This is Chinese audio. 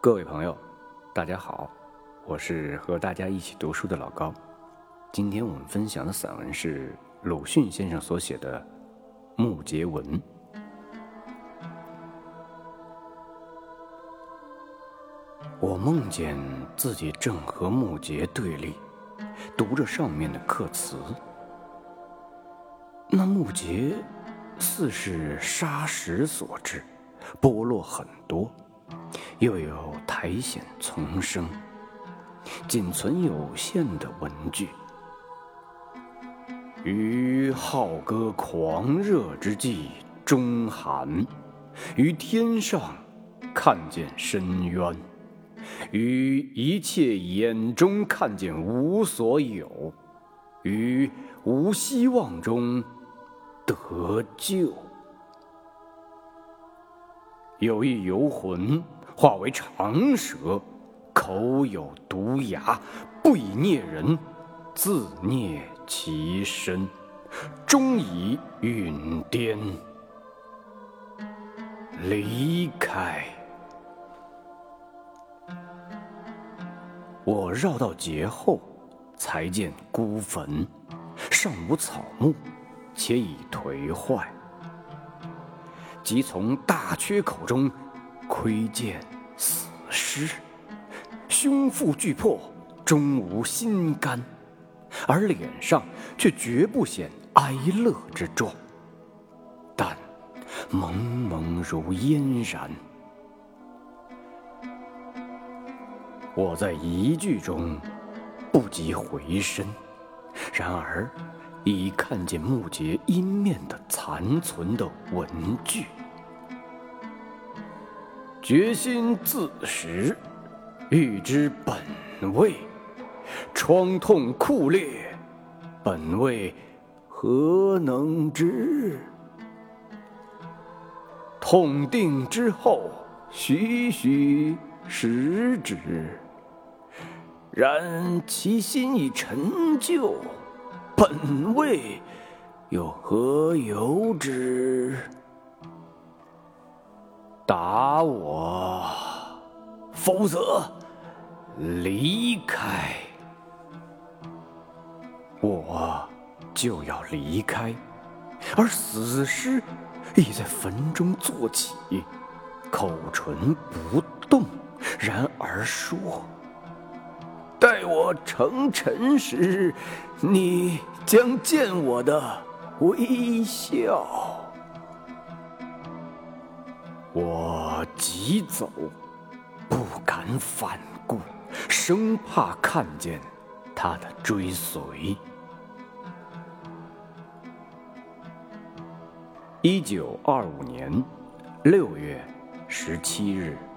各位朋友，大家好，我是和大家一起读书的老高。今天我们分享的散文是鲁迅先生所写的《木结文》。我梦见自己正和木结对立，读着上面的刻词。那木结似是砂石所制，剥落很多，又有苔藓丛生，仅存有限的文句。于浩歌狂热之际终寒，于天上看见深渊，于一切眼中看见无所有，于无希望中得救。有一游魂化为长蛇，口有毒牙，不以啮人，自啮其身，终以陨颠离开。我绕到节后，才见孤坟，上无草木，且已颓坏。即从大缺口中窥见死尸，胸腹俱破，终无心肝，而脸上却绝不显哀乐之状，但蒙蒙如烟然。我在一句中不及回身，然而已看见木结阴面的残存的文句。决心自食，欲知本味，疮痛酷烈，本味何能知？痛定之后，徐徐食之，然其心已陈旧，本味又何由之？打我，否则离开。我就要离开，而死尸已在坟中坐起，口唇不动，然而说：待我成尘时，你将见我的微笑。我急走，不敢反顾，生怕看见他的追随。1925年6月17日。